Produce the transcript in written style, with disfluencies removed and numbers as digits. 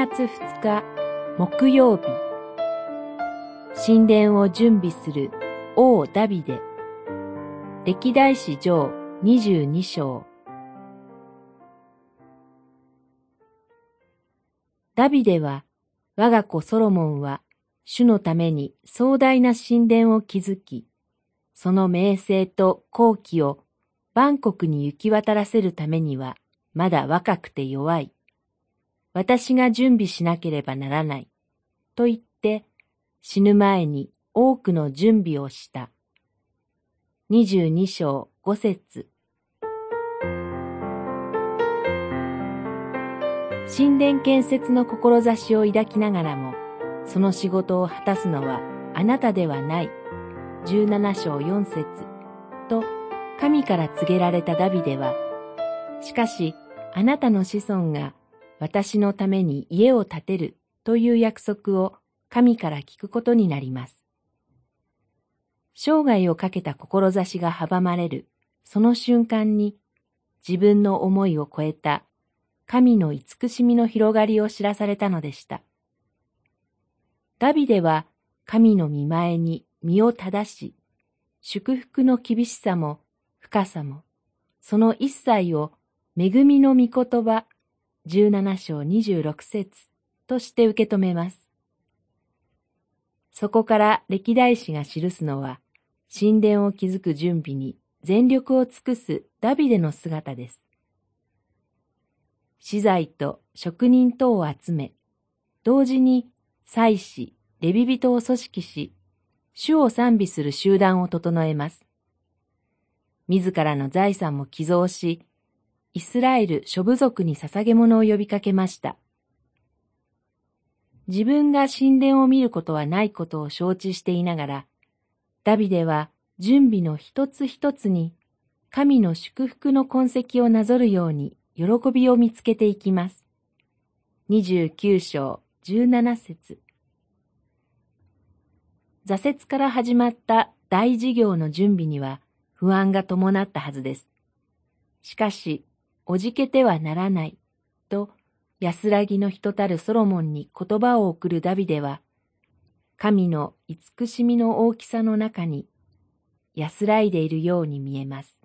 月2日木曜日、神殿を準備する王ダビデ、歴代史上22章。ダビデは、我が子ソロモンは、主のために壮大な神殿を築き、その名声と功績を万国に行き渡らせるためには、まだ若くて弱い。私が準備しなければならない。と言って、死ぬ前に多くの準備をした。22章5節。神殿建設の志を抱きながらも、その仕事を果たすのはあなたではない。17章4節と神から告げられたダビデは、しかしあなたの子孫が私のために家を建てるという約束を神から聞くことになります。生涯をかけた志が阻まれるその瞬間に、自分の思いを超えた神の慈しみの広がりを知らされたのでした。ダビデは神の御前に身を正し、祝福の厳しさも深さも、その一切を恵みの御言葉17章26節として受け止めます。そこから歴代史が記すのは、神殿を築く準備に全力を尽くすダビデの姿です。資材と職人等を集め、同時に祭司、レビ人を組織し、主を賛美する集団を整えます。自らの財産も寄贈し、イスラエル諸部族に捧げ物を呼びかけました。自分が神殿を見ることはないことを承知していながら、ダビデは準備の一つ一つに神の祝福の痕跡をなぞるように喜びを見つけていきます。29章17節。挫折から始まった大事業の準備には不安が伴ったはずです。しかし、おじけてはならないと安らぎの人たるソロモンに言葉を送るダビデは、神の慈しみの大きさの中に安らいでいるように見えます。